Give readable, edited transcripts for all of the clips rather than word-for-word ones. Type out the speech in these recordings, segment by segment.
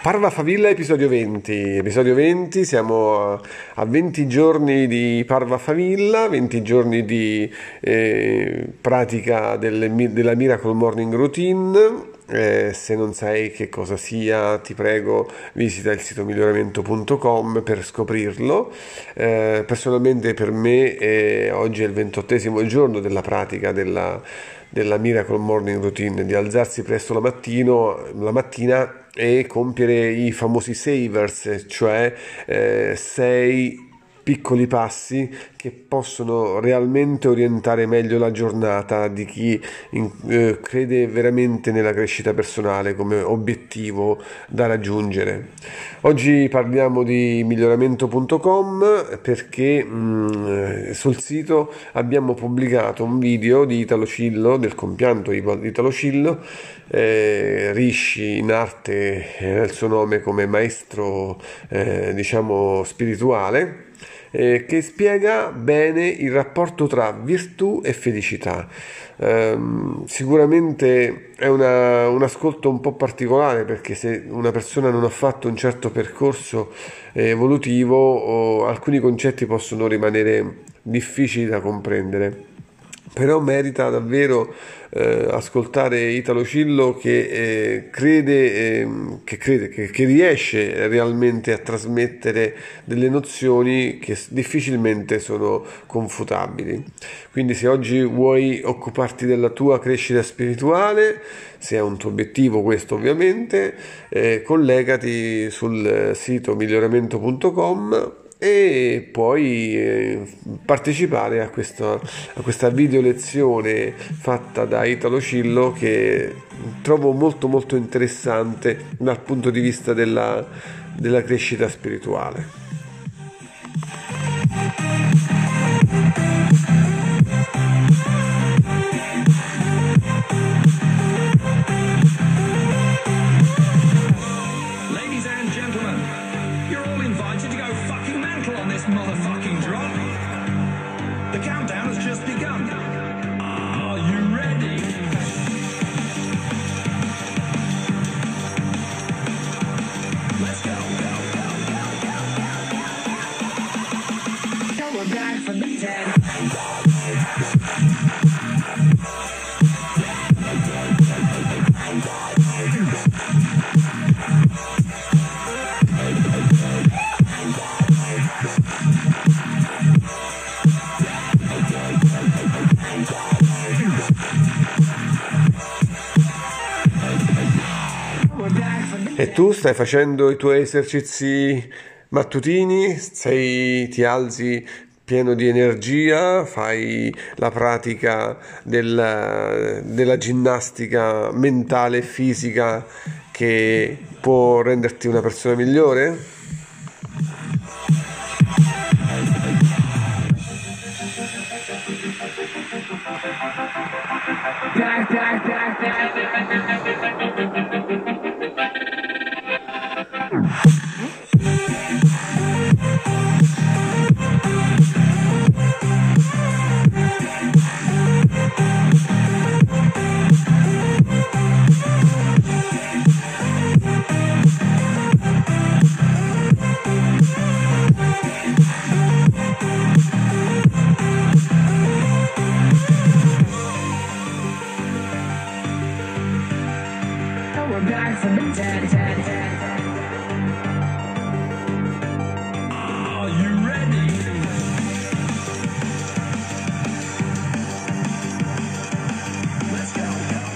Parva Favilla, episodio 20, siamo a 20 giorni di Parva Favilla, 20 giorni di pratica della Miracle Morning Routine. Se non sai che cosa sia, ti prego, visita il sito miglioramento.com per scoprirlo. Personalmente per me oggi è il 28° giorno della pratica della Miracle Morning Routine, di alzarsi presto la mattina e compiere i famosi savers, cioè 6 piccoli passi che possono realmente orientare meglio la giornata di chi crede veramente nella crescita personale come obiettivo da raggiungere. Oggi parliamo di miglioramento.com perché sul sito abbiamo pubblicato un video di Italo Cillo, del compianto Italo Cillo, Rishi in arte il suo nome come maestro spirituale, che spiega bene il rapporto tra virtù e felicità. Sicuramente è un ascolto un po' particolare, perché se una persona non ha fatto un certo percorso evolutivo, alcuni concetti possono rimanere difficili da comprendere. Però merita davvero ascoltare Italo Cillo che riesce realmente a trasmettere delle nozioni che difficilmente sono confutabili. Quindi se oggi vuoi occuparti della tua crescita spirituale, se è un tuo obiettivo questo ovviamente, collegati sul sito miglioramento.com e puoi partecipare a questa video lezione fatta da Italo Cillo, che trovo molto molto interessante dal punto di vista della crescita spirituale. Motherfucking drop. The countdown has just begun. Are you ready? Let's go. We're back from the dead. E tu stai facendo i tuoi esercizi mattutini? Ti alzi pieno di energia, fai la pratica della ginnastica mentale e fisica che può renderti una persona migliore? We're back from the dead. Are you ready? Let's go.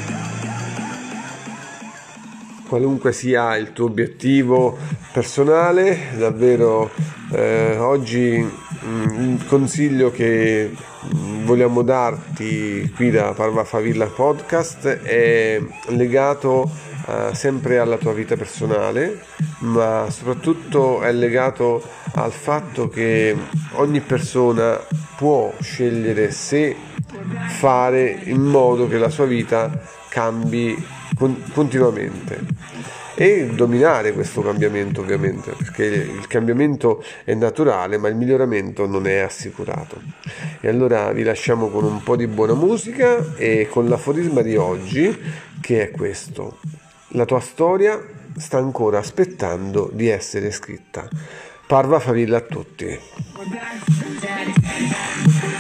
Qualunque sia il tuo obiettivo personale, davvero oggi il consiglio che vogliamo darti qui da Parva Favilla Podcast è legato sempre alla tua vita personale, ma soprattutto è legato al fatto che ogni persona può scegliere se fare in modo che la sua vita cambi continuamente e dominare questo cambiamento, ovviamente, perché il cambiamento è naturale, ma il miglioramento non è assicurato. E allora vi lasciamo con un po' di buona musica e con l'aforisma di oggi, che è questo: la tua storia sta ancora aspettando di essere scritta. Parva favilla a tutti.